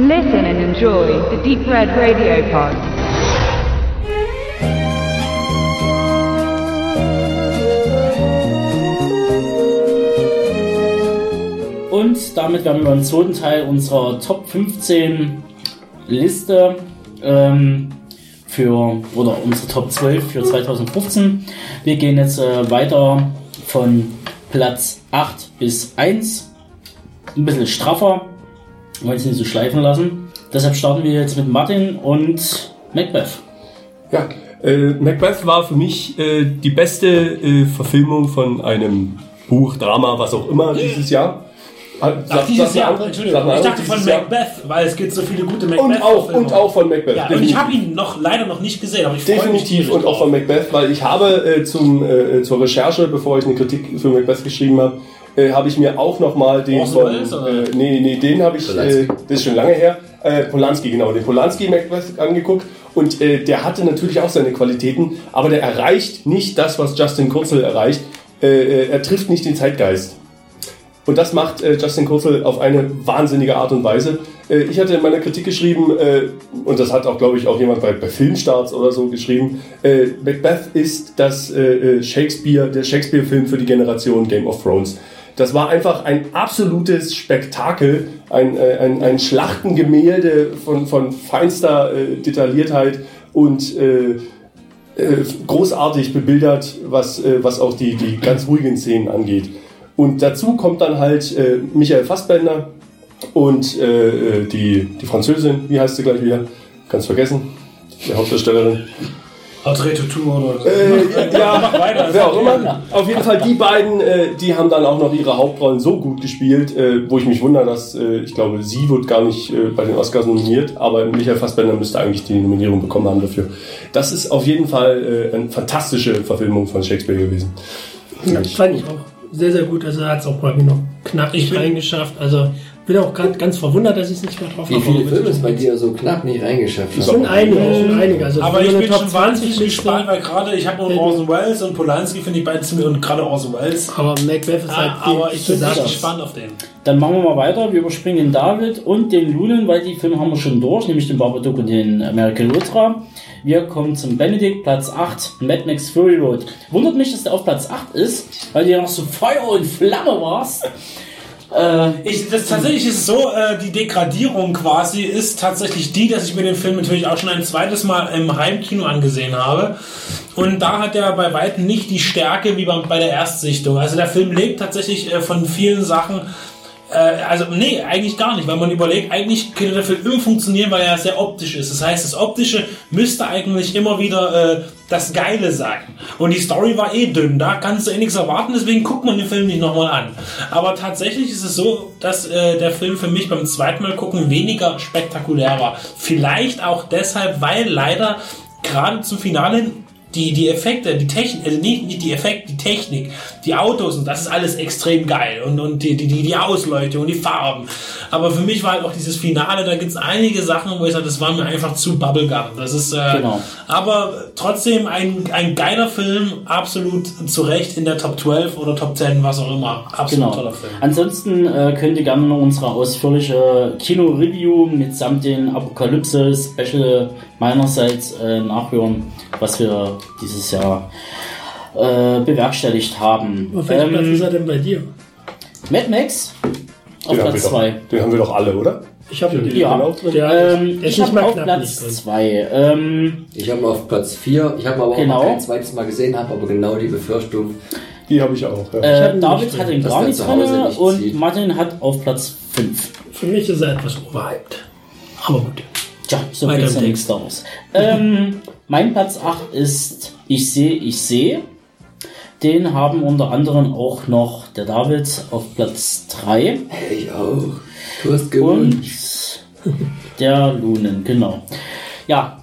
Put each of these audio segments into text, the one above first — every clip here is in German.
Listen and enjoy the Deep Red Radio Pod. Und damit werden wir beim zweiten Teil unserer Top 15 Liste unsere Top 12 für 2015. Wir gehen jetzt weiter von Platz 8 bis 1. Ein bisschen straffer, wollen es nicht so schleifen lassen. Deshalb starten wir jetzt mit Martin und Macbeth. Ja, Macbeth war für mich die beste Verfilmung von einem Buch, Drama, was auch immer dieses Jahr. Dieses Jahr, Entschuldigung, ich dachte von Macbeth, weil es gibt so viele gute Macbeth-Verfilmungen. Und auch von Macbeth. Ja, und ich habe ihn leider noch nicht gesehen, aber ich freue mich definitiv und auch von Macbeth, weil ich habe zur Recherche, bevor ich eine Kritik für Macbeth geschrieben habe ich mir auch nochmal den den habe ich, das ist schon lange her, Polanski, genau, den Polanski Macbeth angeguckt und der hatte natürlich auch seine Qualitäten, aber der erreicht nicht das, was Justin Kurzel erreicht. Er trifft nicht den Zeitgeist. Und das macht Justin Kurzel auf eine wahnsinnige Art und Weise. Ich hatte in meiner Kritik geschrieben, und das hat auch, glaube ich, auch jemand bei Filmstarts oder so geschrieben, Macbeth ist der Shakespeare-Film für die Generation Game of Thrones. Das war einfach ein absolutes Spektakel, ein Schlachtengemälde von feinster Detailliertheit und großartig bebildert, was auch die ganz ruhigen Szenen angeht. Und dazu kommt dann halt Michael Fassbender und die Französin, wie heißt sie gleich wieder? Ganz vergessen, die Hauptdarstellerin. Audrey Tautou oder so. Wer auch immer. Auf jeden Fall die beiden, die haben dann auch noch ihre Hauptrollen so gut gespielt, wo ich mich wundere, dass ich glaube, sie wird gar nicht bei den Oscars nominiert, aber Michael Fassbender müsste eigentlich die Nominierung bekommen haben dafür. Das ist auf jeden Fall eine fantastische Verfilmung von Shakespeare gewesen. Ja, fand ich auch sehr, sehr gut. Also er hat es auch mal noch knapp nicht reingeschafft. Also bin auch gerade ganz verwundert, dass ich es nicht mehr drauf habe. Wie viele Filme ist bei dir so knapp nicht reingeschafft? Das sind einige. Also aber ich bin schon wahnsinnig gespannt, weil gerade ich habe Orson Welles und Polanski finde ich beide ziemlich, und gerade Orson Welles. Aber Macbeth ist halt aber ich bin echt gespannt auf den. Dann machen wir mal weiter. Wir überspringen den David und den Lunen, weil die Filme haben wir schon durch, nämlich den Babadook und den American Ultra. Wir kommen zum Benedikt, Platz 8, Mad Max Fury Road. Wundert mich, dass der auf Platz 8 ist, weil du ja noch so Feuer und Flamme warst. Tatsächlich ist es so, die Degradierung quasi ist tatsächlich die, dass ich mir den Film natürlich auch schon ein zweites Mal im Heimkino angesehen habe. Und da hat er bei weitem nicht die Stärke wie bei der Erstsichtung. Also der Film lebt tatsächlich von vielen Sachen. Eigentlich gar nicht, weil man überlegt, eigentlich könnte der Film immer funktionieren, weil er sehr optisch ist. Das heißt, das Optische müsste eigentlich immer wieder das Geile sein. Und die Story war dünn, da kannst du nichts erwarten, deswegen guckt man den Film nicht nochmal an. Aber tatsächlich ist es so, dass der Film für mich beim zweiten Mal gucken weniger spektakulär war. Vielleicht auch deshalb, weil leider gerade zum Finale die Effekte, die Technik, nicht die Effekte, die Technik, die Autos und das ist alles extrem geil und die Ausleuchtung und die Farben. Aber für mich war halt auch dieses Finale, da gibt es einige Sachen, wo ich sage, das war mir einfach zu Bubblegum. Das ist, genau. Aber trotzdem ein geiler Film, absolut zu Recht in der Top 12 oder Top 10, was auch immer. Absolut toller Film. Ansonsten könnt ihr gerne noch unsere ausführliche Kino-Review mitsamt den Apokalypse-Special meinerseits nachhören, was wir dieses Jahr bewerkstellig haben. Was ist er denn bei dir? Mad Max auf Platz 2. Den haben wir doch alle, oder? Ich habe ich habe auf Platz 2. Ich habe auf Platz 4. Ich habe aber auch noch kein zweites Mal gesehen, habe aber genau die Befürchtung. Die habe ich auch. Ja. David hat den gar nicht drin und Martin hat auf Platz 5. Für mich ist er etwas overhyped. Aber gut. Tja, so viel ist ja nichts daraus. Mein Platz 8 ist Ich sehe. Den haben unter anderem auch noch der David auf Platz 3. Ich auch. Du hast gewonnen. Und der Lunen, genau. Ja.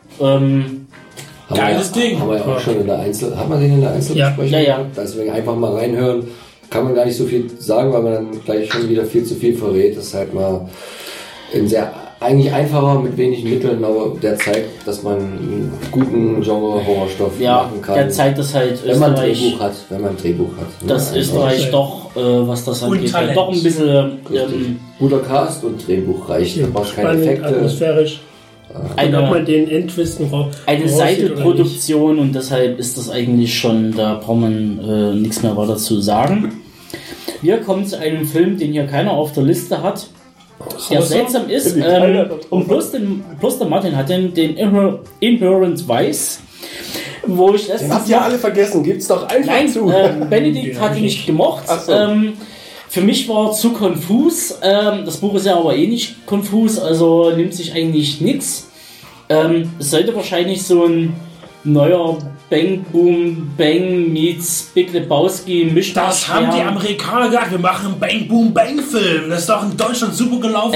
Geiles Ding. Haben wir ja auch schon in der Hat man den in der Einzelbesprechung? Ja. Deswegen einfach mal reinhören. Kann man gar nicht so viel sagen, weil man dann gleich schon wieder viel zu viel verrät. Das ist halt mal ein sehr eigentlich einfacher mit wenigen Mitteln, aber der zeigt, dass man einen guten Genre-Horrorstoff machen kann. Der zeigt das halt wenn man ein Drehbuch hat. Das Österreich doch, was das angeht, doch ein bisschen... guter Cast und Drehbuch reicht. Ja, braucht keine Effekte. Atmosphärisch. Ob man den Endtwisten eine Seitenproduktion und deshalb ist das eigentlich schon, da braucht man nichts mehr weiter zu sagen. Wir kommen zu einem Film, den hier keiner auf der Liste hat. Der seltsam ist, und bloß der Martin hat den Inherent Vice, wo ich den habt ihr alle vergessen, gibt's doch einfach zu. Benedikt hat ihn nicht gemocht. So. Für mich war zu konfus. Das Buch ist ja aber eh nicht konfus, also nimmt sich eigentlich nichts. Es sollte wahrscheinlich so ein neuer Bang Boom Bang meets Big Lebowski Mischmasch. Das haben die Amerikaner gesagt, wir machen einen Bang Boom Bang Film. Das ist doch in Deutschland super gelaufen.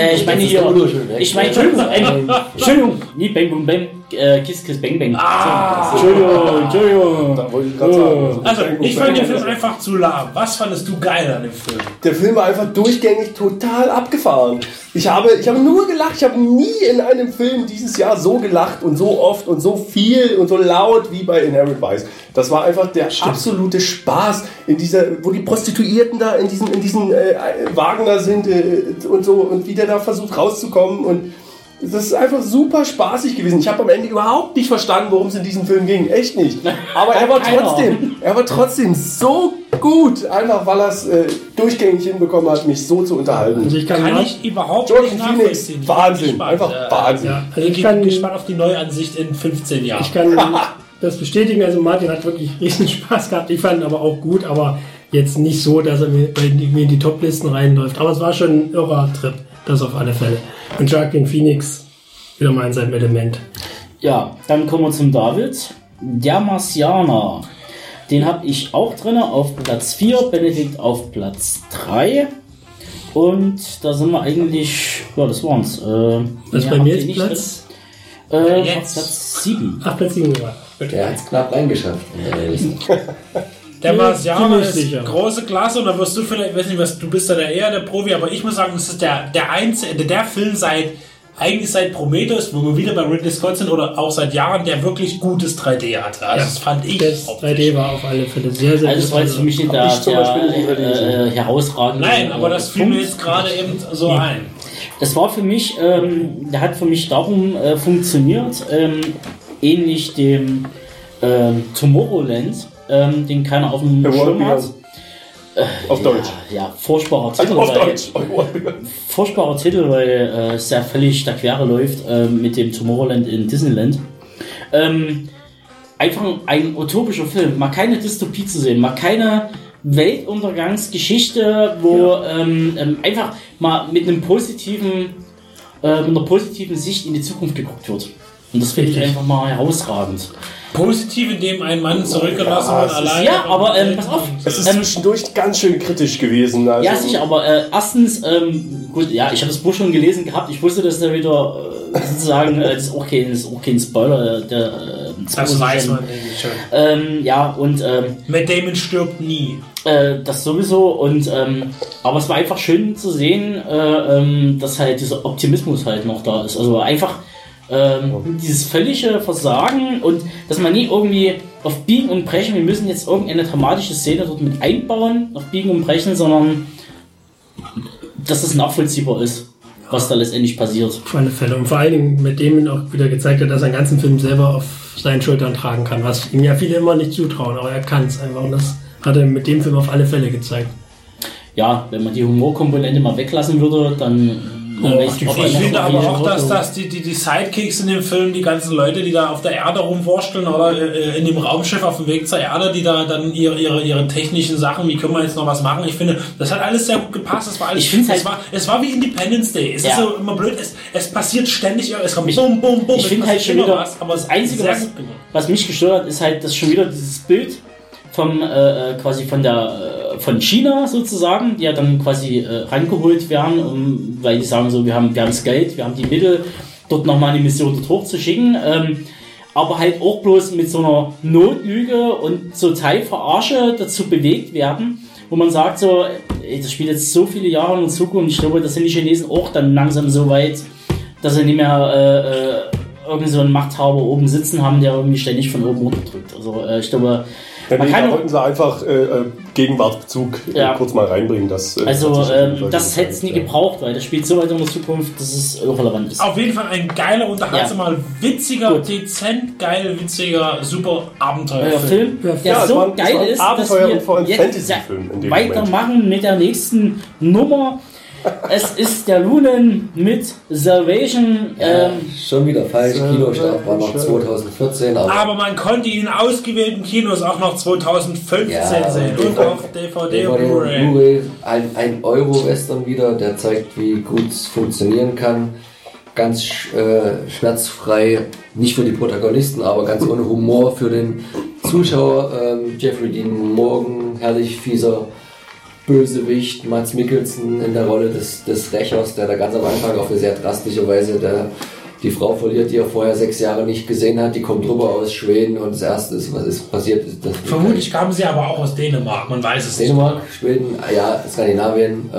Entschuldigung, nie Bang Boom Bang, Kiss Kiss Bang Bang. Entschuldigung. Da wollte ich gerade sagen. Also, ich fand den Film einfach zu lahm. Was fandest du geil an dem Film? Der Film war einfach durchgängig total abgefahren. Ich habe nur gelacht. Ich habe nie in einem Film dieses Jahr so gelacht und so oft und so viel und so laut wie bei Inherent Vice. Das war einfach der absolute Spaß in dieser, wo die Prostituierten da in diesen Wagen da sind und so und wie der da versucht rauszukommen und das ist einfach super spaßig gewesen. Ich habe am Ende überhaupt nicht verstanden, worum es in diesem Film ging. Echt nicht. Aber er war trotzdem so gut, einfach weil er es durchgängig hinbekommen hat, mich so zu unterhalten. Also ich kann überhaupt nicht nachvollziehen. Wahnsinn, einfach Wahnsinn. Ja, also ich bin gespannt auf die Neuansicht in 15 Jahren. Ich kann das bestätigen, also Martin hat wirklich riesen Spaß gehabt. Ich fand ihn aber auch gut, aber jetzt nicht so, dass er mir in die Top-Listen reinläuft. Aber es war schon ein irrer Trip, das auf alle Fälle. Und Joaquin Phoenix wieder mal in seinem Element. Ja, dann kommen wir zum David. Der Marsianer. Den habe ich auch drin auf Platz 4, Benedikt auf Platz 3. Und da sind wir eigentlich, ja, das waren's. Was bei mir jetzt Platz? Platz 7. Ach, Platz 7 war. Der hat es knapp reingeschafft. Der Marsianer ist große Klasse und da wirst du vielleicht, weiß nicht, du bist da eher der Profi, aber ich muss sagen, das ist der Film eigentlich seit Prometheus, wo wir wieder bei Ridley Scott sind, oder auch seit Jahren, der wirklich gutes 3D hatte. Also das fand ich. Das 3D war auf alle Fälle sehr, sehr gut. Also das war jetzt für mich nicht der herausragende. Nein, aber das fiel mir jetzt gerade eben so ein. Das war für mich, der hat für mich darum funktioniert, ähnlich dem Tomorrowland, den keiner auf dem Schirm hat. Auf Deutsch. Ja, furchtbarer Titel. Furchtbarer Titel, weil es ja völlig der Quere läuft mit dem Tomorrowland in Disneyland. Einfach ein utopischer Film, mal keine Dystopie zu sehen, mal keine Weltuntergangsgeschichte, wo einfach mal mit einer positiven Sicht in die Zukunft geguckt wird. Und das finde ich einfach mal herausragend. Positiv, indem ein Mann zurückgelassen wird, alleine. Ja, aber pass auf. Es ist zwischendurch ganz schön kritisch gewesen. Also. Ja, sicher, aber erstens, gut, ja, ich habe das Buch schon gelesen gehabt. Ich wusste, dass da wieder sozusagen, das ist auch kein Spoiler. Das weiß man eigentlich schon. Ja, und Matt Damon stirbt nie. Das sowieso. Und aber es war einfach schön zu sehen, dass halt dieser Optimismus halt noch da ist. Also einfach dieses völlige Versagen und dass man nie irgendwie auf Biegen und Brechen, wir müssen jetzt irgendeine dramatische Szene dort mit einbauen, auf Biegen und Brechen, sondern dass es nachvollziehbar ist, was da letztendlich passiert. Auf alle Fälle. Und vor allen Dingen mit dem auch wieder gezeigt hat, dass er den ganzen Film selber auf seinen Schultern tragen kann, was ihm ja viele immer nicht zutrauen, aber er kann es einfach und das hat er mit dem Film auf alle Fälle gezeigt. Ja, wenn man die Humorkomponente mal weglassen würde, dann ich finde aber auch, dass die Sidekicks in dem Film, die ganzen Leute, die da auf der Erde rumwursteln oder in dem Raumschiff auf dem Weg zur Erde, die da dann ihre technischen Sachen, wie können wir jetzt noch was machen? Ich finde, das hat alles sehr gut gepasst. Das war alles, es war wie Independence Day. Es ist so immer blöd, es passiert ständig, es kommt bum, bum, bum. Ich finde halt schon wieder, aber das Einzige, was mich gestört hat, ist halt, dass schon wieder dieses Bild quasi von China sozusagen, die ja dann quasi rangeholt werden, weil die sagen so, wir haben das Geld, wir haben die Mittel, dort nochmal eine Mission dort hochzuschicken, aber halt auch bloß mit so einer Notlüge und so Teilverarsche dazu bewegt werden, wo man sagt so, das spielt jetzt so viele Jahre in der Zukunft, ich glaube, das sind die Chinesen auch dann langsam so weit, dass sie nicht mehr irgend so einen Machthaber oben sitzen haben, der irgendwie ständig von oben runterdrückt. Also ich glaube, da wollten sie einfach Gegenwartsbezug kurz mal reinbringen. Das hätte es nie gebraucht, weil das spielt so weit in der Zukunft, dass es irrelevant ist. Auf jeden Fall ein geiler, unterhaltsamer, witziger, dezent geil, witziger, super Abenteuerfilm. Der so geil ist, dass wir jetzt weitermachen mit der nächsten Nummer. Es ist der Lunen mit Salvation. Schon wieder falsch. Kinostart war noch 2014. Aber man konnte ihn in ausgewählten Kinos auch noch 2015 sehen. Und auf DVD und Blu-ray. Ein Euro-Western wieder, der zeigt, wie gut es funktionieren kann. Ganz schmerzfrei, nicht für die Protagonisten, aber ganz ohne Humor für den Zuschauer. Jeffrey Dean Morgan, herrlich fieser Bösewicht, Mads Mikkelsen in der Rolle des Rächers, der da ganz am Anfang auf eine sehr drastische Weise die Frau verliert, die er vorher 6 Jahre nicht gesehen hat. Die kommt rüber aus Schweden und das Erste ist, was ist passiert. Vermutlich kamen sie aber auch aus Dänemark, man weiß es nicht. Dänemark, Schweden, Skandinavien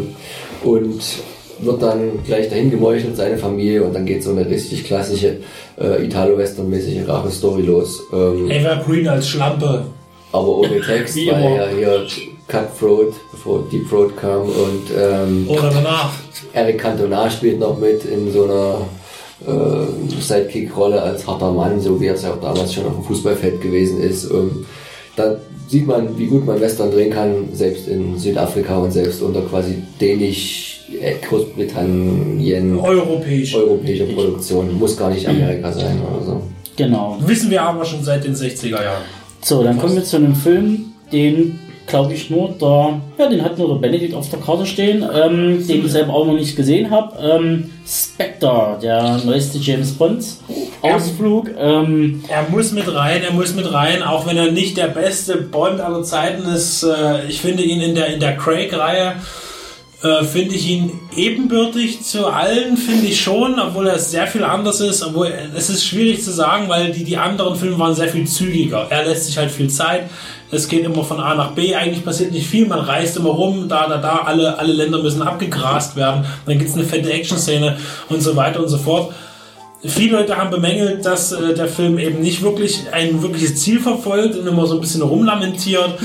und wird dann gleich dahin gemeuchelt, seine Familie, und dann geht so eine richtig klassische Italo-Western-mäßige Rache-Story los. Eva Green als Schlampe. Aber ohne Text, weil er hier Cutthroat, bevor Deep Throat kam, und oder danach. Eric Cantona spielt noch mit in so einer Sidekick-Rolle als harter Mann, so wie er es ja auch damals schon auf dem Fußballfeld gewesen ist. Da sieht man, wie gut man Western drehen kann, selbst in Südafrika und selbst unter quasi dänisch, Großbritannien, europäische Produktion. Muss gar nicht Amerika sein oder so. Genau. Wissen wir aber schon seit den 60er Jahren. So, dann kommen wir zu einem Film, den glaube ich den hat nur der Benedikt auf der Karte stehen, den ich selber auch noch nicht gesehen habe. Spectre, der neueste James Bond Ausflug. Er muss mit rein, auch wenn er nicht der beste Bond aller Zeiten ist. Ich finde ihn in der Craig-Reihe finde ich ihn ebenbürtig zu allen, finde ich schon, obwohl er sehr viel anders ist. Obwohl es ist schwierig zu sagen, weil die anderen Filme waren sehr viel zügiger. Er lässt sich halt viel Zeit. Es geht immer von A nach B. Eigentlich passiert nicht viel. Man reist immer rum, da. Alle Länder müssen abgegrast werden. Dann gibt es eine fette Action-Szene und so weiter und so fort. Viele Leute haben bemängelt, dass der Film eben nicht wirklich ein wirkliches Ziel verfolgt und immer so ein bisschen rumlamentiert.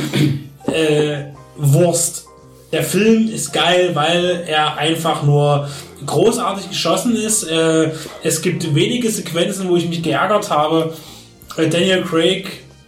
Wurst. Der Film ist geil, weil er einfach nur großartig geschossen ist. Es gibt wenige Sequenzen, wo ich mich geärgert habe. Daniel Craig,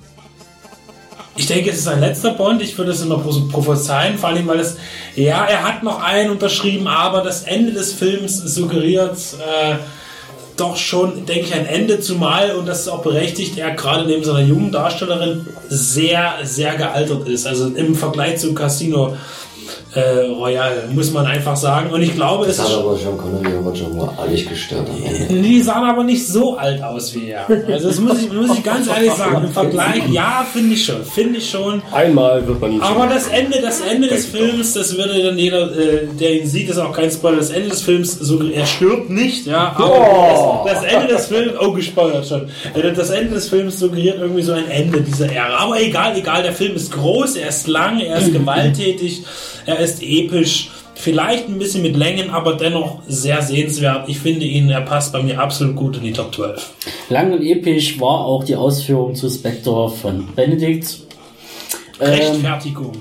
ich denke, es ist sein letzter Bond. Ich würde es immer prophezeien, vor allem, weil er hat noch einen unterschrieben, aber das Ende des Films suggeriert doch schon, denke ich, ein Ende, zumal, und das ist auch berechtigt, er gerade neben seiner jungen Darstellerin sehr, sehr gealtert ist. Also im Vergleich zu Casino Royale, muss man einfach sagen. Und ich glaube, das hat aber Sean Connery und Roger Moore alle nicht gestört am Ende. Die sahen aber nicht so alt aus wie er. Also das muss ich ganz ehrlich sagen. Im Vergleich, ja, finde ich schon. Einmal wird man ihn aber das Ende des Films, das würde dann jeder, der ihn sieht, ist auch kein Spoiler. Das Ende des Films, er stirbt nicht, ja. Aber das Ende des Films, gespoilert schon. Das Ende des Films suggeriert irgendwie so ein Ende dieser Ära. Aber egal, der Film ist groß, er ist lang, er ist gewalttätig, er ist episch, vielleicht ein bisschen mit Längen, aber dennoch sehr sehenswert. Ich finde ihn, er passt bei mir absolut gut in die Top 12. Lang und episch war auch die Ausführung zu Spectre von Benedikt. Rechtfertigung.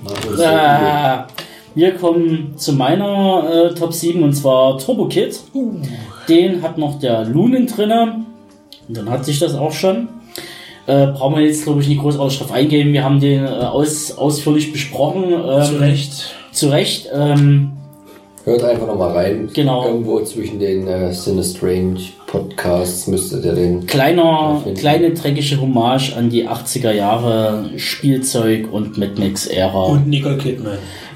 Wir kommen zu meiner Top 7, und zwar Turbo Kid. Den hat noch der Lunen drinne. Und dann hat sich das auch schon. Brauchen wir jetzt, glaube ich, nicht groß drauf eingehen. Wir haben den ausführlich besprochen. Zu Recht. Hört einfach nochmal rein. Genau. Irgendwo zwischen den Cinestrange Podcasts müsstet ihr den... Kleine dreckige Hommage an die 80er Jahre Spielzeug und Mad Max Ära. Und Nicole Kidman.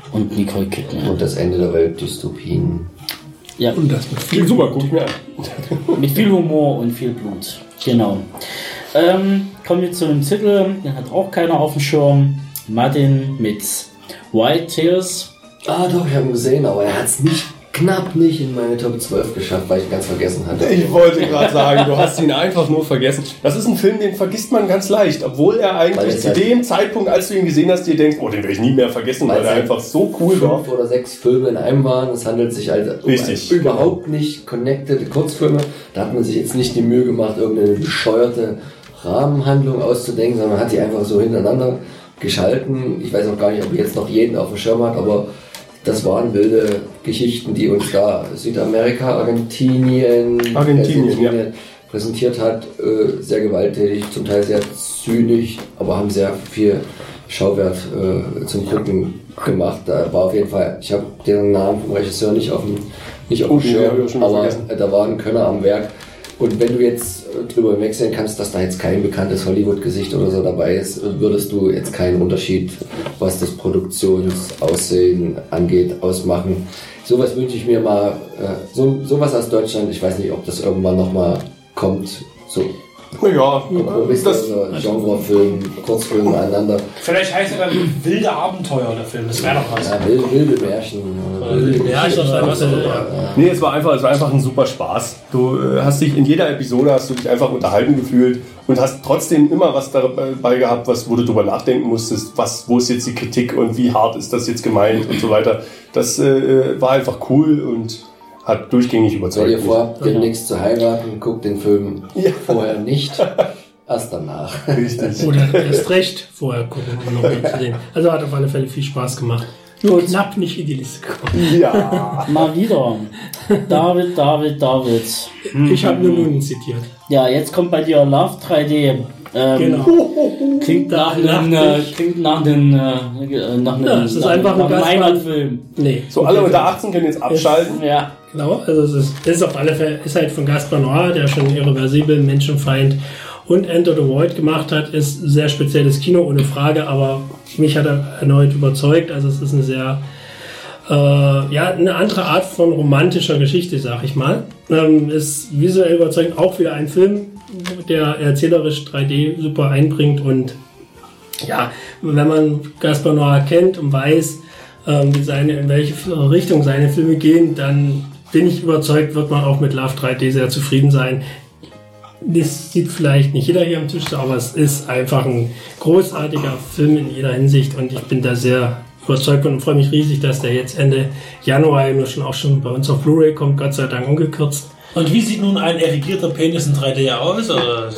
Und das Ende der Weltdystopien. Ja. Und das mit viel super gut, ja. Mit viel Humor und viel Blut. Genau. Kommen wir zu einem Titel, den hat auch keiner auf dem Schirm. Martin mit White Tears. Doch, ich habe ihn gesehen, aber er hat es nicht knapp nicht in meine Top 12 geschafft, weil ich ihn ganz vergessen hatte. Ich wollte gerade sagen, du hast ihn einfach nur vergessen. Das ist ein Film, den vergisst man ganz leicht, obwohl er eigentlich zu dem Zeitpunkt, als du ihn gesehen hast, dir denkst, oh, den werde ich nie mehr vergessen, weil er einfach so cool war. 5 oder 6 Filme in einem waren. Es handelt sich also um überhaupt nicht connected Kurzfilme. Da hat man sich jetzt nicht die Mühe gemacht, irgendeine bescheuerte Rahmenhandlung auszudenken, sondern man hat die einfach so hintereinander geschalten. Ich weiß auch gar nicht, ob ich jetzt noch jeden auf dem Schirm hat, aber das waren wilde Geschichten, die uns da Südamerika, Argentinien präsentiert hat. Sehr gewalttätig, zum Teil sehr zynisch, aber haben sehr viel Schauwert zum Gucken gemacht. Da war auf jeden Fall, ich habe den Namen vom Regisseur nicht auf dem Schirm, aber da war ein Könner am Werk. Und wenn du jetzt drüber hinwegsehen kannst, dass da jetzt kein bekanntes Hollywood-Gesicht oder so dabei ist, würdest du jetzt keinen Unterschied, was das Produktionsaussehen angeht, ausmachen. Sowas wünsche ich mir mal, sowas aus Deutschland. Ich weiß nicht, ob das irgendwann nochmal kommt. So. Ja, Genrefilm, Kurzfilm aneinander. Vielleicht heißt er dann wilde Abenteuer der Film, das wäre doch was. Ja, wilde Märchen. Nee, es war einfach ein super Spaß. Du hast dich in jeder Episode einfach unterhalten gefühlt und hast trotzdem immer was dabei gehabt, wo du drüber nachdenken musstest, wo ist jetzt die Kritik und wie hart ist das jetzt gemeint und so weiter. Das war einfach cool und hat durchgängig überzeugt. Wenn ihr vorhabt, demnächst zu heiraten, guckt den Film vorher nicht, erst danach. Richtig. Oder erst recht vorher gucken, um noch mehr zu sehen. Also hat auf alle Fälle viel Spaß gemacht. Nur knapp nicht in die Liste gekommen. Ja. Mal wieder. David. Ich habe nur Nunen zitiert. Ja, jetzt kommt bei dir Love 3D. Genau. Klingt nach einem es ist einfach ein Heimatfilm. Nee. So, alle unter 18 können jetzt abschalten. Ja. Genau, also es ist auf alle Fälle, ist halt von Gaspar Noé, der schon Irreversibel, Menschenfeind und Enter the Void gemacht hat, ist sehr spezielles Kino, ohne Frage, aber mich hat er erneut überzeugt, also es ist eine sehr, eine andere Art von romantischer Geschichte, sag ich mal. Ist visuell überzeugend, auch wieder ein Film, der erzählerisch 3D super einbringt und ja, wenn man Gaspar Noé kennt und weiß, in welche Richtung seine Filme gehen, dann bin ich überzeugt, wird man auch mit Love 3D sehr zufrieden sein. Das sieht vielleicht nicht jeder hier am Tisch so, aber es ist einfach ein großartiger Film in jeder Hinsicht und ich bin da sehr überzeugt und freue mich riesig, dass der jetzt Ende Januar auch schon bei uns auf Blu-ray kommt, Gott sei Dank ungekürzt. Und wie sieht nun ein erigierter Penis in 3D aus? Oder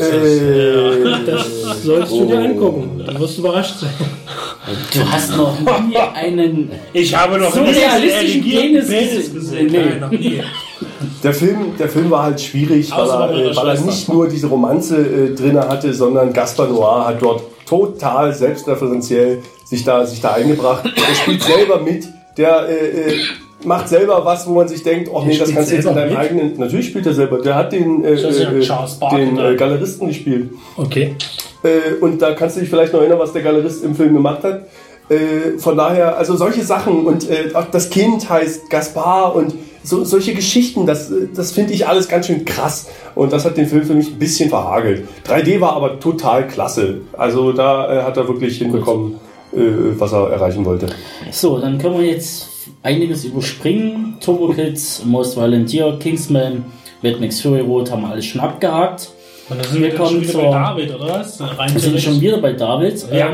das solltest du dir angucken, dann wirst du überrascht sein. Du hast noch nie einen ich habe noch so nie realistischen Penis gesehen. Nee. Nein, noch nie. Der Film war halt schwierig, weil er nicht nur diese Romanze drin hatte, sondern Gaspar Noé hat dort total selbstreferenziell sich da eingebracht. Er spielt selber mit, der macht selber was, wo man sich denkt, oh nee, das kannst du jetzt in deinem eigenen... Natürlich spielt er selber. Der hat den Galeristen gespielt. Okay. Und da kannst du dich vielleicht noch erinnern, was der Galerist im Film gemacht hat. Von daher, also solche Sachen und auch das Kind heißt Gaspar und solche Geschichten, das finde ich alles ganz schön krass und das hat den Film für mich ein bisschen verhagelt. 3D war aber total klasse, also da hat er wirklich hinbekommen, was er erreichen wollte. So, dann können wir jetzt einiges überspringen. Turbo Kids, Most Violent Year, Kingsman, Mad Max Fury Road haben wir alles schon abgehakt. Und dann sind wir schon wieder bei David, oder was? Wir sind schon wieder bei David. Ja.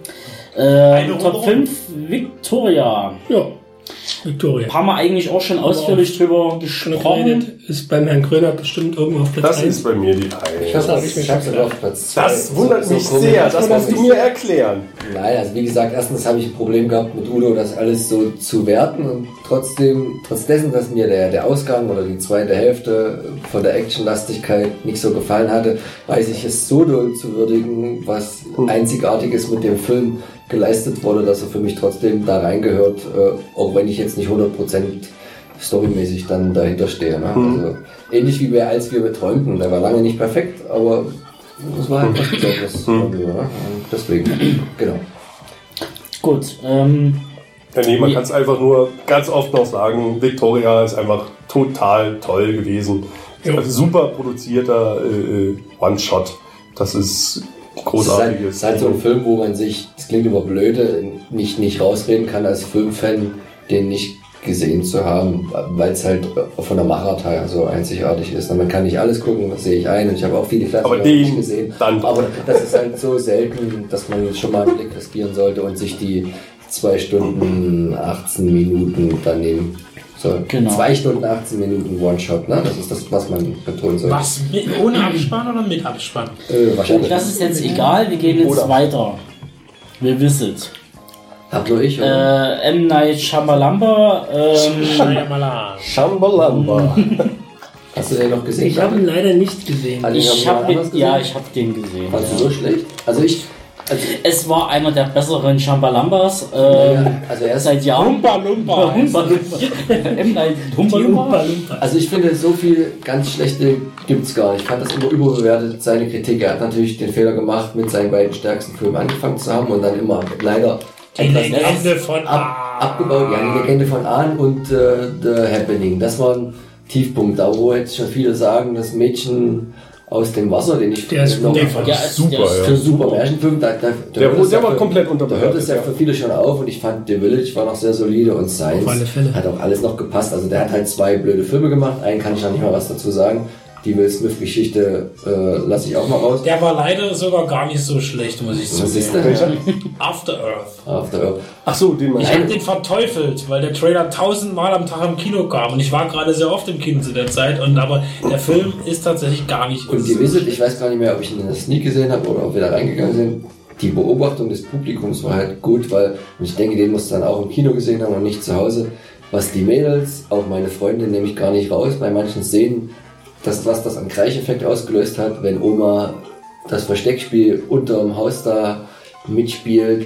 Top 5 Victoria. Ja, Victoria. Haben wir eigentlich auch schon ausführlich drüber gesprochen. Ist beim Herrn Gröner bestimmt irgendwo auf Platz 1. Das ist bei mir die 1. Ich hab's sogar auf Platz 2. Das wundert mich sehr, das musst du mir erklären. Nein, also wie gesagt, erstens habe ich ein Problem gehabt mit Udo, das alles so zu werten und trotz dessen, dass mir der Ausgang oder die zweite Hälfte von der Actionlastigkeit nicht so gefallen hatte, weiß ich es so doll zu würdigen, was Einzigartiges mit dem Film geleistet wurde, dass er für mich trotzdem da reingehört, auch wenn ich jetzt nicht 100% storymäßig dann dahinter stehe. Ne? Also, ähnlich wie Als wir beträumten. Der war lange nicht perfekt, aber das war halt was Besonderes. Ne? Deswegen, genau. Gut. Man kann es einfach nur ganz oft noch sagen, Victoria ist einfach total toll gewesen. Also super produzierter One-Shot. Das ist großartiges. Es ist halt so ein Film, wo man sich, das klingt immer blöde, nicht rausreden kann als Filmfan, den nicht gesehen zu haben, weil es halt von der Machart her so einzigartig ist. Und man kann nicht alles gucken, das sehe ich ein. Und ich habe auch viele Klassiker nicht gesehen. Aber das ist halt so selten, dass man schon mal einen Blick riskieren sollte und sich die 2 Stunden 18 Minuten dann nehmen. So, genau. 2 Stunden 18 Minuten One-Shot, ne? Das ist das, was man betonen soll. Was? Ohne Abspann oder mit Abspann? Wahrscheinlich. Das ist jetzt egal, wir gehen jetzt weiter. Wir wissen. Habt nur ich, oder? M. Night Shyamalamba. Shyamalamba. Hast du den noch gesehen? Ich habe ihn leider nicht gesehen. Ich habe den gesehen. Fandest du so schlecht? Also es war einer der besseren Shambalambas. Also er ist seit Jahren. Humpa Lumpa. M. Night Humpa Lumpa. Also ich finde, so viel ganz schlechte gibt's gar nicht. Ich fand das immer überbewertet, seine Kritik. Er hat natürlich den Fehler gemacht, mit seinen beiden stärksten Filmen angefangen zu haben und dann immer leider die Legende von abgebaut. Ja, die Legende von Ahn und The Happening. Das war ein Tiefpunkt. Da wo jetzt schon viele sagen, das Mädchen aus dem Wasser, den ich der ist noch super Märchenfilm. Der war komplett Da unterbewertet. hört es ja für viele schon auf und ich fand The Village war noch sehr solide und Science hat auch alles noch gepasst. Also der hat halt 2 blöde Filme gemacht. Einen kann ich noch nicht mal was dazu sagen. Die Will Smith-Geschichte lasse ich auch mal raus. Der war leider sogar gar nicht so schlecht, muss ich sagen. After Earth. Ach so, den Ich habe den verteufelt, weil der Trailer 1000-mal am Tag im Kino kam und ich war gerade sehr oft im Kino zu der Zeit. Aber der Film ist tatsächlich gar nicht. Und die Visit, ich weiß gar nicht mehr, ob ich ihn in der Sneak gesehen habe oder ob wir da reingegangen sind. Die Beobachtung des Publikums war halt gut, weil ich denke, den musst du dann auch im Kino gesehen haben und nicht zu Hause. Was die Mädels, auch meine Freundin, nehme ich gar nicht raus bei manchen Szenen. Was das an Kreischeffekt ausgelöst hat, wenn Oma das Versteckspiel unterm Haus da mitspielt,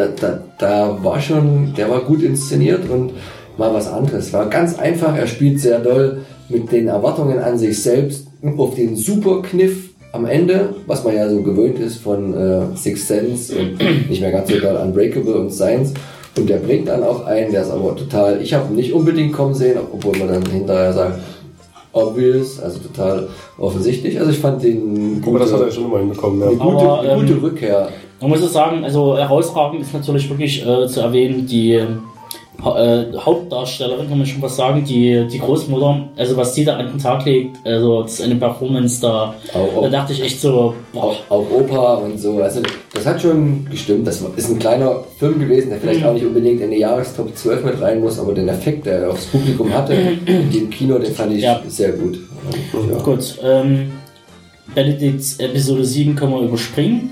da war schon, der war gut inszeniert und mal was anderes. War ganz einfach, er spielt sehr doll mit den Erwartungen an sich selbst auf den Superkniff am Ende, was man ja so gewöhnt ist von Sixth Sense und nicht mehr ganz so doll Unbreakable und Science. Und der bringt dann auch einen, der ist aber total, ich habe ihn nicht unbedingt kommen sehen, obwohl man dann hinterher sagt, obvious, also total offensichtlich. Also ich fand den aber das hat er schon immer hinbekommen. Ja. Eine gute Rückkehr. Man muss es sagen, also herausragend ist natürlich wirklich zu erwähnen, die Hauptdarstellerin, kann man schon was sagen, die Großmutter, also was die da an den Tag legt, also das ist eine Performance da, da dachte ich echt so, boah. Auch Opa und so, also das hat schon gestimmt, das ist ein kleiner Film gewesen, der vielleicht auch nicht unbedingt in die Jahrestop 12 mit rein muss, aber den Effekt, der er aufs Publikum hatte, in dem Kino, den fand ich sehr gut. Ja. Gut, Benedikts Episode 7 können wir überspringen.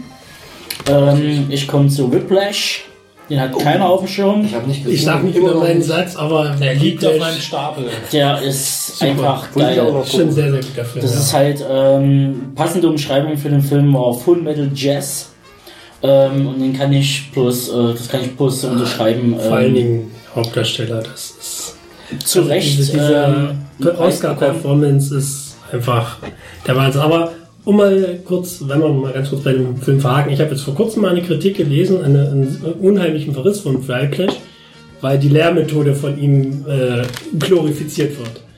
Ich komme zu Whiplash. Den hat keiner auf dem Schirm. Ich habe nicht gesehen. Ich sag nicht über meinen Satz, aber der liegt auf meinem Stapel. Der ist super. Einfach geil. Schon sehr, sehr guter Film. Das ist halt passende Umschreibung für den Film war Full Metal Jazz. Und den kann ich bloß, unterschreiben. Vor allen Dingen Hauptdarsteller, das ist zu Recht. Diese Oscar-Performance ist einfach der Wahnsinn. Aber um mal kurz, wenn wir mal ganz kurz bei dem Film verhaken, ich habe jetzt vor kurzem mal eine Kritik gelesen, einen unheimlichen Verriss von Whiplash, weil die Lehrmethode von ihm glorifiziert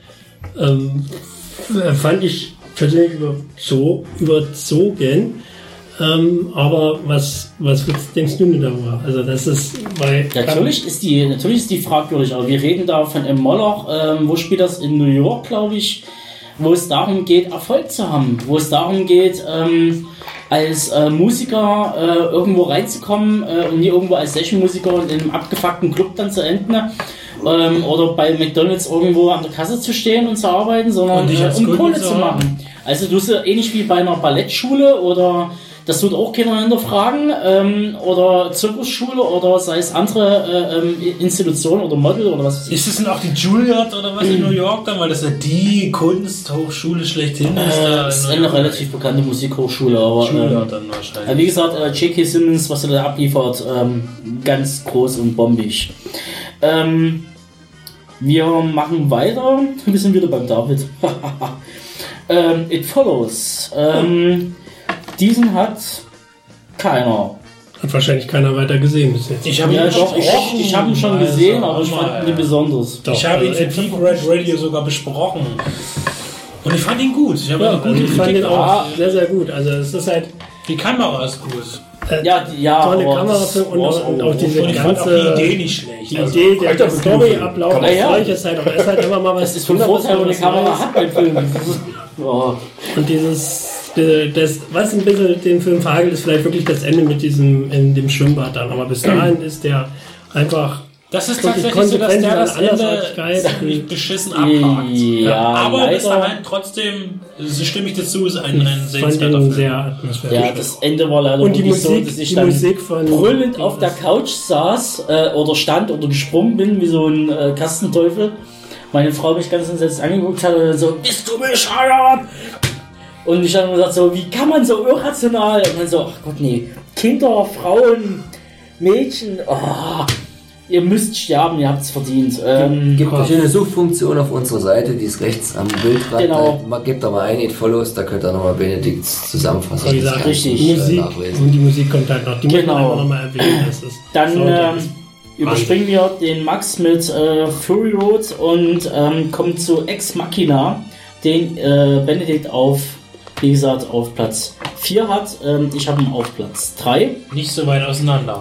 wird. Fand ich persönlich überzogen. Aber was denkst du denn darüber? Also das ist bei natürlich ist die fragwürdig, aber wir reden da von einem Moloch, wo spielt das in New York, glaube ich, wo es darum geht, Erfolg zu haben, wo es darum geht, als Musiker irgendwo reinzukommen und nie irgendwo als Session-Musiker in einem abgefuckten Club dann zu enden oder bei McDonald's irgendwo an der Kasse zu stehen und zu arbeiten, sondern um Kohle zu machen. Also du bist ähnlich wie bei einer Ballettschule oder das tut auch keiner hinterfragen oder Zirkusschule oder sei es andere Institutionen oder Model oder was. Ist es denn auch die Juilliard oder was in New York dann, weil das ja die Kunsthochschule schlechthin ist? Das ist eine relativ bekannte Musikhochschule, aber Juilliard dann wahrscheinlich. Wie gesagt, J.K. Simmons, was er da abliefert, ganz groß und bombig. Wir machen weiter. Wir sind wieder beim David. It Follows. Diesen hat keiner. Hat wahrscheinlich keiner weiter gesehen bis jetzt. Ich habe ihn schon gesehen, aber ich fand ihn besonders. Ich habe ihn für Deep Red Radio sogar besprochen. Und ich fand ihn gut. Ich fand ihn auch sehr, sehr gut. Also es ist halt... Die Kamera ist gut. tolle Kamerafilm und auch diese und ich fand auch ganze die Idee nicht schlecht. Die Idee, der Storyablauf, ist halt immer mal was. Das ist von Vorteil, wenn eine Kamera hat beim Film. Und was ein bisschen den Film verhagelt, ist vielleicht wirklich das Ende mit in dem Schwimmbad dann. Aber bis dahin ist der einfach. Das ist tatsächlich so, dass der das Ende ziemlich beschissen abhakt. Ja, aber bis dahin trotzdem, stimme ich dazu, ist ein sehenswerter Film. Sehr atmosphärisch. Ja, das Ende war leider und die Musik, so, dass ich dann brüllend auf der Couch saß oder stand oder gesprungen bin, wie so ein Kastenteufel. Meine Frau mich ganz entsetzt angeguckt hat und so, bist du bescheuert? Und ich dann gesagt so, wie kann man so irrational? Und dann so, ach Gott, nee, Kinder, Frauen, Mädchen, ihr müsst sterben, ihr habt es verdient. Gibt eine schöne Suchfunktion auf unserer Seite, die ist rechts am Bildrand. Genau. Gebt da mal ein, It Follows, da könnt ihr nochmal Benedikts Zusammenfassung. Wie gesagt, richtig. Musik und die Musik kommt halt noch. Die muss man einfach nochmal erwähnen. Das ist dann überspringen wir den Max mit Fury Road und kommen zu Ex Machina, den Benedikt auf Platz 4 hat. Ich habe ihn auf Platz 3. Nicht so weit auseinander.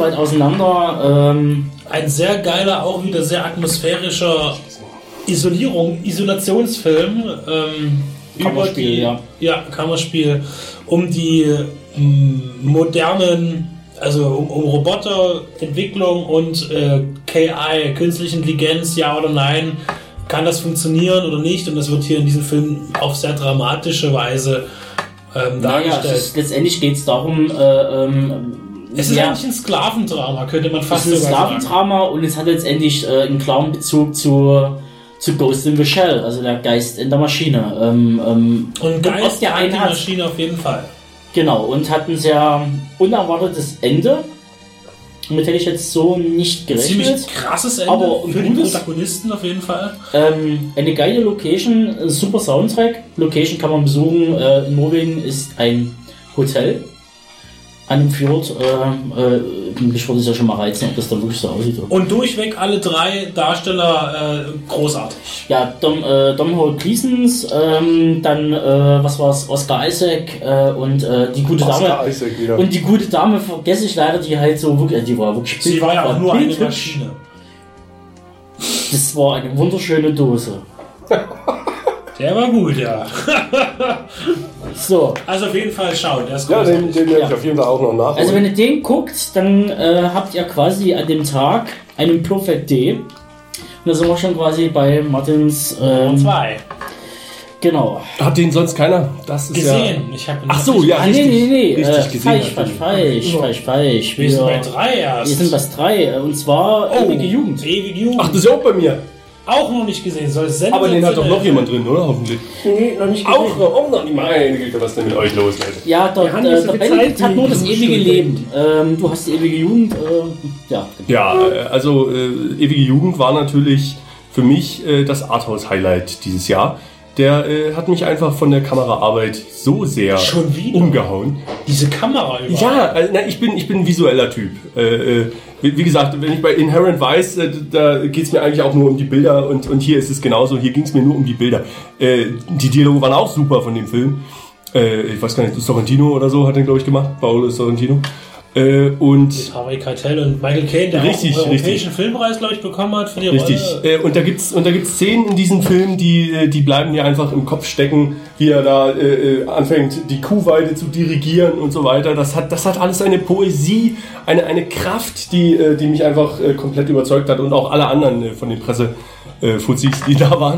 Ein sehr geiler, auch wieder sehr atmosphärischer Isolationsfilm. Kammerspiel, Kammerspiel. Um die modernen, also um Roboterentwicklung und KI, künstliche Intelligenz, ja oder nein, kann das funktionieren oder nicht? Und das wird hier in diesem Film auf sehr dramatische Weise dargestellt. Letztendlich geht es darum, es ist eigentlich ein Sklavendrama, könnte man fast sogar sagen. sagen. Es ist ein Sklavendrama und es hat letztendlich einen klaren Bezug zu Ghost in the Shell, also der Geist in der Maschine. Und Geist der eine Maschine auf jeden Fall. Genau, und hat ein sehr unerwartetes Ende. Damit hätte ich jetzt so nicht gerechnet. Ziemlich krasses Ende aber für die Protagonisten auf jeden Fall. Eine geile Location, super Soundtrack. Location kann man besuchen. In Norwegen ist ein Hotel an dem Fjord. Mich würde es ja schon mal reizen, ob das da wirklich so aussieht. Und durchweg alle drei Darsteller großartig. Ja, Domhnall Gleesons, dann, was war's, Oscar Isaac und die gute Dame. Und die gute Dame vergesse ich leider, die halt so wirklich, die war wirklich. Sie war ja auch nur eine Maschine. Das war eine wunderschöne Dose. Der war gut, ja. So. Also auf jeden Fall schaut. Den werde ich auf jeden Fall auch noch nachholen. Also wenn ihr den guckt, dann habt ihr quasi an dem Tag einen Perfect Day. Und da sind wir schon quasi bei Martins 2. Genau. Hat den sonst keiner? Das ist gesehen. Ich habe ach so, ja, nee. Richtig gesehen. Falsch. Wir sind bei 3 erst. Wir sind bei 3 und zwar Ewige Jugend. Ewige Jugend. Ach, das ist ja auch bei mir. Auch noch nicht gesehen. Aber den hat doch noch jemand drin, oder? Hoffentlich. Nee, noch nicht gesehen. Auch noch nicht. Meine Güte, was ist denn mit euch los, Leute? Ja, der Benedikt hat nur das ewige Leben. Du hast die ewige Jugend. Ja, also ewige Jugend war natürlich für mich das Arthouse-Highlight dieses Jahr. Der hat mich einfach von der Kameraarbeit so sehr umgehauen. Diese Kamera überall. Ja, ich bin ein visueller Typ. Wie gesagt, wenn ich bei Inherent Vice, da geht es mir eigentlich auch nur um die Bilder und hier ist es genauso. Hier ging es mir nur um die Bilder. Die Dialoge waren auch super von dem Film. Ich weiß gar nicht, Sorrentino oder so hat den, glaube ich, gemacht. Paolo Sorrentino. Und Harvey Keitel und Michael Caine, der auch den europäischen Filmpreis, glaube ich, bekommen hat für die Rolle. Und da gibt's Szenen in diesem Film, die bleiben mir einfach im Kopf stecken, wie er da anfängt, die Kuhweide zu dirigieren und so weiter. Das hat alles eine Poesie, eine Kraft, die mich einfach komplett überzeugt hat und auch alle anderen von den Pressefuzis, die da waren.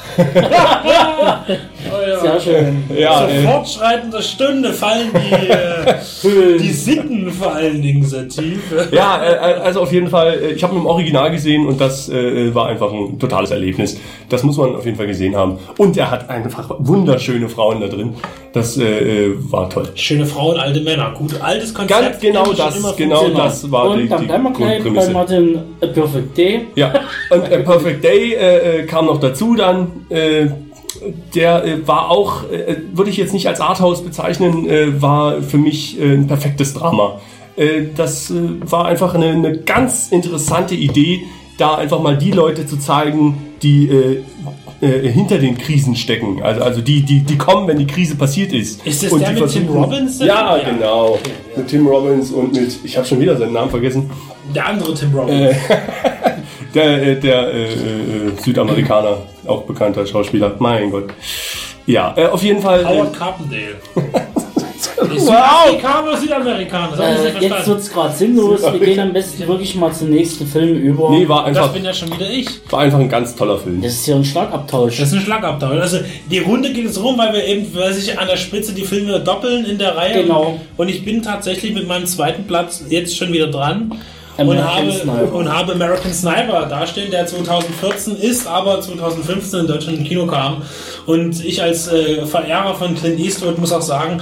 Sehr schön. Ja, zur fortschreitender Stunde fallen die Sitten vor allen Dingen sehr tief. Ja, also auf jeden Fall, ich habe ihn im Original gesehen und das war einfach ein totales Erlebnis. Das muss man auf jeden Fall gesehen haben. Und er hat einfach wunderschöne Frauen da drin. Das war toll. Schöne Frauen, alte Männer. Gut, altes Konzept. Ganz genau das war und dann bleiben wir gleich bei Martin A Perfect Day. Ja, und A Perfect Day kam noch dazu dann. Der war auch, würde ich jetzt nicht als Arthouse bezeichnen, war für mich ein perfektes Drama. Das war einfach eine ganz interessante Idee, da einfach mal die Leute zu zeigen, die hinter den Krisen stecken. Also die kommen, wenn die Krise passiert ist. Ist das und der mit Tim Robbins? Ja, genau. Okay. Mit Tim Robbins und mit, ich habe schon wieder seinen Namen vergessen. Der andere Tim Robbins. Der Südamerikaner, auch bekannter Schauspieler. Mein Gott. Ja, auf jeden Fall. Howard Carpendale. Südafrikaner, Südamerikaner. Jetzt wird es gerade sinnlos. Wir gehen am besten wirklich mal zum nächsten Film über. Nee, war einfach. Das bin ja schon wieder ich. War einfach ein ganz toller Film. Das ist ja ein Schlagabtausch. Das ist ein Schlagabtausch. Also die Runde geht es rum, weil sich an der Spitze die Filme doppeln in der Reihe. Genau. Und ich bin tatsächlich mit meinem zweiten Platz jetzt schon wieder dran. Und habe American Sniper dastehen, der 2014 ist, aber 2015 in Deutschland im Kino kam. Und ich als Verehrer von Clint Eastwood muss auch sagen,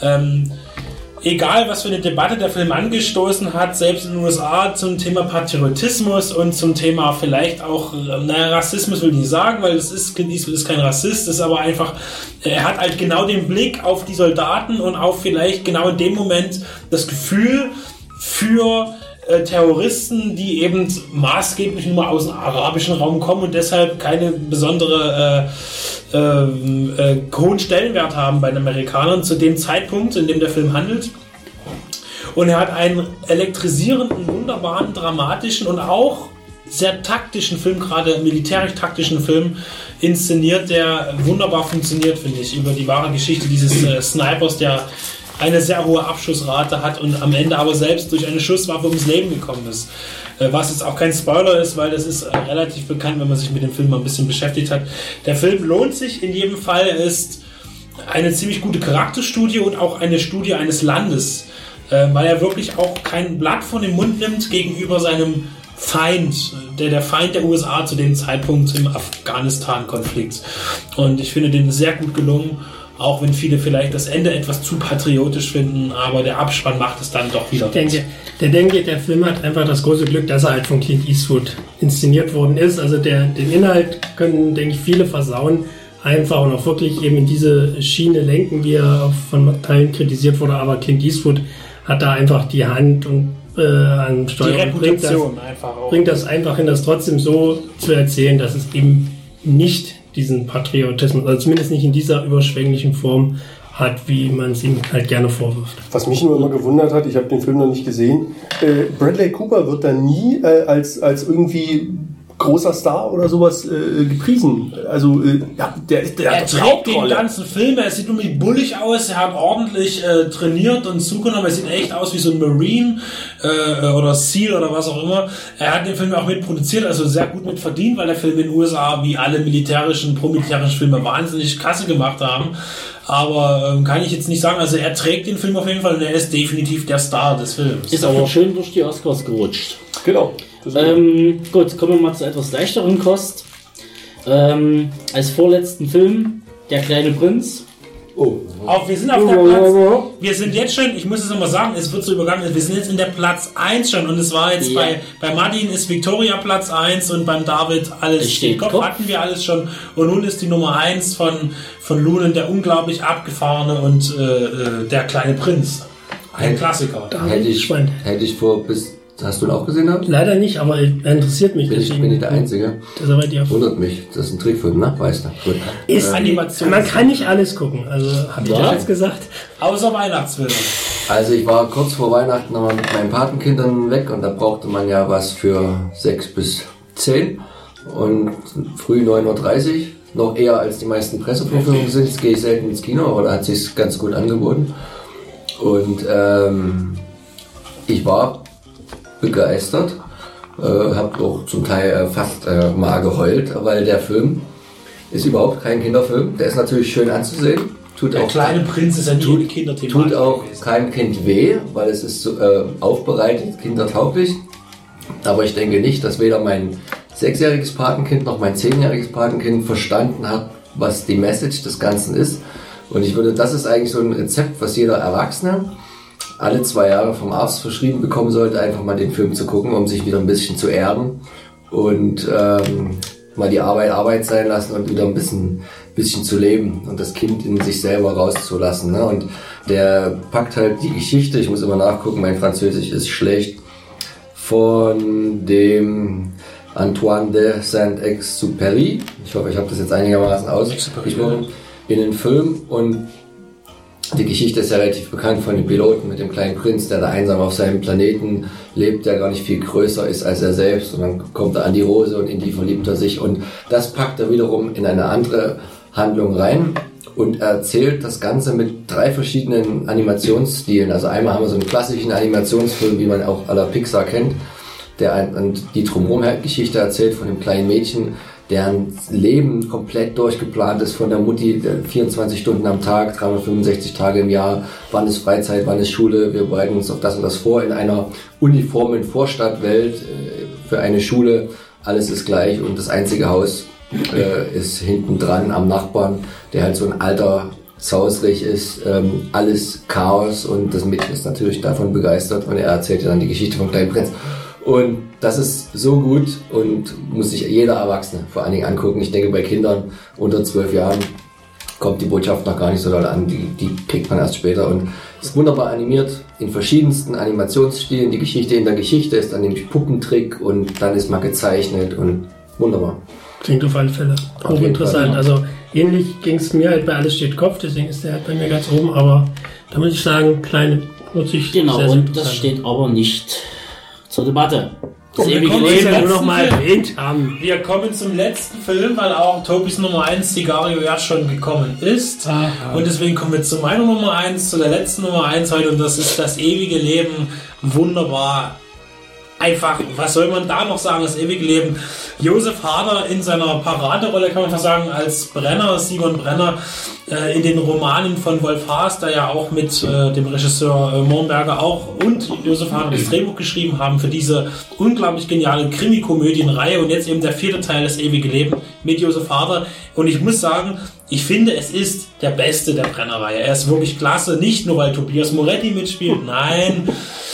egal was für eine Debatte der Film angestoßen hat, selbst in den USA zum Thema Patriotismus und zum Thema vielleicht auch, Rassismus will ich nicht sagen, weil Clint Eastwood ist kein Rassist, ist aber einfach, er hat halt genau den Blick auf die Soldaten und auf vielleicht genau in dem Moment das Gefühl für Terroristen, die eben maßgeblich nur aus dem arabischen Raum kommen und deshalb keine besondere hohen Stellenwert haben bei den Amerikanern zu dem Zeitpunkt, in dem der Film handelt. Und er hat einen elektrisierenden, wunderbaren, dramatischen und auch sehr taktischen Film, gerade militärisch-taktischen Film inszeniert, der wunderbar funktioniert, finde ich, über die wahre Geschichte dieses Snipers, der eine sehr hohe Abschussrate hat und am Ende aber selbst durch eine Schusswaffe ums Leben gekommen ist. Was jetzt auch kein Spoiler ist, weil das ist relativ bekannt, wenn man sich mit dem Film mal ein bisschen beschäftigt hat. Der Film lohnt sich in jedem Fall, ist eine ziemlich gute Charakterstudie und auch eine Studie eines Landes, weil er wirklich auch kein Blatt von dem Mund nimmt gegenüber seinem Feind, der Feind der USA zu dem Zeitpunkt im Afghanistan-Konflikt. Und ich finde den sehr gut gelungen. Auch wenn viele vielleicht das Ende etwas zu patriotisch finden, aber der Abspann macht es dann doch wieder. Ich denke, der Film hat einfach das große Glück, dass er halt von Clint Eastwood inszeniert worden ist. Also den Inhalt können, denke ich, viele versauen. Einfach und auch wirklich eben in diese Schiene lenken, wie er von Teilen kritisiert wurde. Aber Clint Eastwood hat da einfach die Hand und an Steuer und bringt das einfach hin, das trotzdem so zu erzählen, dass es eben nicht diesen Patriotismus, also zumindest nicht in dieser überschwänglichen Form hat, wie man es ihm halt gerne vorwirft. Was mich nur immer gewundert hat, ich habe den Film noch nicht gesehen, Bradley Cooper wird da nie als irgendwie großer Star oder sowas gepriesen. Also der er trägt den ganzen Film, er sieht irgendwie bullig aus, er hat ordentlich trainiert und zugenommen, er sieht echt aus wie so ein Marine oder SEAL oder was auch immer. Er hat den Film auch mitproduziert, also sehr gut mit verdient, weil der Film in den USA wie alle pro-militärischen Filme wahnsinnig Kasse gemacht haben. Aber kann ich jetzt nicht sagen, also er trägt den Film auf jeden Fall und er ist definitiv der Star des Films. Ist aber schön durch die Oscars gerutscht. Genau. Gut, kommen wir mal zu etwas leichteren Kost. Als vorletzten Film, Der kleine Prinz. Wir sind auf der Platz. Wir sind jetzt schon, ich muss es nochmal sagen, es wird so übergangen, wir sind jetzt in der Platz 1 schon und es war jetzt bei Martin ist Victoria Platz 1 und beim David alles steht Kopf, hatten wir alles schon und nun ist die Nummer 1 von Lunen der unglaublich abgefahrene und Der kleine Prinz. Ein Klassiker. Hätte ich hast du ihn auch gesehen? Leider nicht, aber er interessiert mich. Bin ich der Einzige? Wundert mich. Das ist ein Trickfilm, ne? Weißt du. Gut. Ist Animation. Man kann nicht alles gucken. Also, hab ich das jetzt gesagt? Außer Weihnachtsfilme. Also, ich war kurz vor Weihnachten nochmal mit meinen Patenkindern weg und da brauchte man ja was für 6 bis 10 und früh 9:30 Uhr. Noch eher als die meisten Pressevorführungen sind. Jetzt gehe ich selten ins Kino, aber da hat sich ganz gut angeboten. Und ich war begeistert, habe auch zum Teil fast mal geheult, weil der Film ist überhaupt kein Kinderfilm. Der ist natürlich schön anzusehen. Der kleine Prinz ist ja nie eine Kinderthematik. Tut auch kein Kind weh, weil es ist aufbereitet, kindertauglich. Aber ich denke nicht, dass weder mein 6-jähriges Patenkind noch mein 10-jähriges Patenkind verstanden hat, was die Message des Ganzen ist. Und ich würde, das ist eigentlich so ein Rezept, was jeder Erwachsene alle 2 Jahre vom Arzt verschrieben bekommen sollte, einfach mal den Film zu gucken, um sich wieder ein bisschen zu erden und mal die Arbeit sein lassen und wieder ein bisschen zu leben und das Kind in sich selber rauszulassen. Ne? Und der packt halt die Geschichte, ich muss immer nachgucken, mein Französisch ist schlecht, von dem Antoine de Saint-Exupéry. Ich hoffe, ich habe das jetzt einigermaßen ausgesprochen. In den Film, und die Geschichte ist ja relativ bekannt von dem Piloten mit dem kleinen Prinz, der da einsam auf seinem Planeten lebt, der gar nicht viel größer ist als er selbst, und dann kommt er an die Rose und in die verliebt er sich, und das packt er wiederum in eine andere Handlung rein und erzählt das Ganze mit 3 verschiedenen Animationsstilen. Also einmal haben wir so einen klassischen Animationsfilm, wie man auch à la Pixar kennt, der die Drumherum-Geschichte erzählt von dem kleinen Mädchen, deren Leben komplett durchgeplant ist von der Mutti, 24 Stunden am Tag, 365 Tage im Jahr, wann ist Freizeit, wann ist Schule, wir bereiten uns auf das und das vor, in einer uniformen Vorstadtwelt für eine Schule, alles ist gleich, und das einzige Haus ist hinten dran am Nachbarn, der halt so ein alter Sausrich ist, alles Chaos, und das Mädchen ist natürlich davon begeistert, und er erzählt ja dann die Geschichte vom kleinen Prinz. Und das ist so gut und muss sich jeder Erwachsene vor allen Dingen angucken. Ich denke, bei Kindern unter 12 Jahren kommt die Botschaft noch gar nicht so doll an. Die kriegt man erst später, und ist wunderbar animiert in verschiedensten Animationsstilen. Die Geschichte in der Geschichte ist dann nämlich Puppentrick, und dann ist mal gezeichnet, und wunderbar. Klingt auf alle Fälle hochinteressant. Also ähnlich ging es mir halt bei Alles steht Kopf, deswegen ist der halt bei mir ganz oben, aber da muss ich sagen, kleine nutze ich genau, sehr, sehr und das steht aber nicht zur Debatte. Das ewige Leben ja nur noch mal erwähnt haben. Wir kommen zum letzten Film, weil auch Tobis Nummer 1 Sigario ja schon gekommen ist. Aha. Und deswegen kommen wir zu meiner Nummer 1, zu der letzten Nummer 1 heute, und das ist Das ewige Leben. Wunderbar. Einfach, was soll man da noch sagen, das ewige Leben. Josef Hader in seiner Paraderolle, kann man fast sagen, als Brenner, Simon Brenner, in den Romanen von Wolf Haas, der ja auch mit dem Regisseur Mohnberger auch und Josef Hader das Drehbuch geschrieben haben für diese unglaublich geniale Krimikomödienreihe, und jetzt eben der 4. Teil, Das ewige Leben mit Josef Hader. Und ich muss sagen, ich finde, es ist der beste der Brenner-Reihe. Er ist wirklich klasse, nicht nur weil Tobias Moretti mitspielt, nein,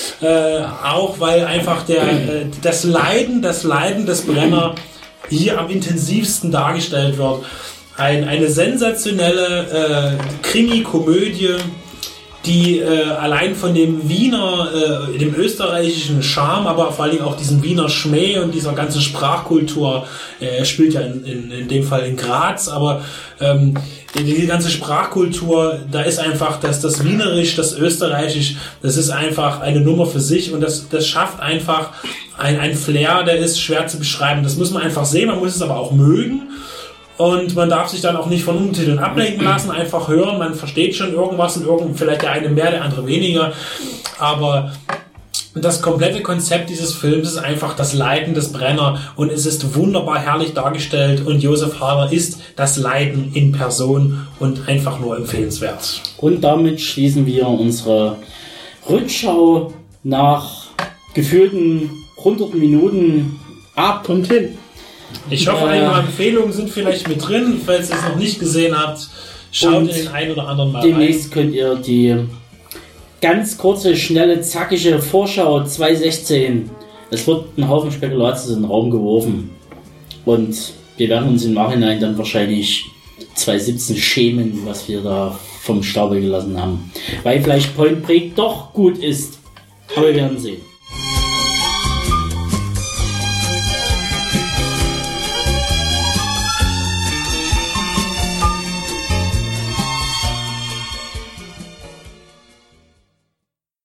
auch weil einfach das Leiden des Brenner hier am intensivsten dargestellt wird. Eine sensationelle Krimi-Komödie, die allein von dem Wiener, dem österreichischen Charme, aber vor allen Dingen auch diesem Wiener Schmäh und dieser ganzen Sprachkultur, spielt ja in dem Fall in Graz, aber die ganze Sprachkultur, da ist einfach das Wienerisch, das Österreichisch, das ist einfach eine Nummer für sich, und das schafft einfach ein Flair, der ist schwer zu beschreiben. Das muss man einfach sehen, man muss es aber auch mögen. Und man darf sich dann auch nicht von Untertiteln ablenken lassen, einfach hören, man versteht schon irgendwas, und vielleicht der eine mehr, der andere weniger. Aber das komplette Konzept dieses Films ist einfach das Leiden des Brenner, und es ist wunderbar herrlich dargestellt, und Josef Hader ist das Leiden in Person und einfach nur empfehlenswert. Und damit schließen wir unsere Rückschau nach gefühlten 100 Minuten ab und hin. Ich hoffe, einige Empfehlungen sind vielleicht mit drin. Falls ihr es noch nicht gesehen habt, schaut in den einen oder anderen mal rein. Demnächst könnt ihr die ganz kurze, schnelle, zackige Vorschau 2016. Es wird ein Haufen Spekulatius in den Raum geworfen. Und wir werden uns im Nachhinein dann wahrscheinlich 2017 schämen, was wir da vom Stapel gelassen haben. Weil vielleicht Point Break doch gut ist. Aber wir werden sehen.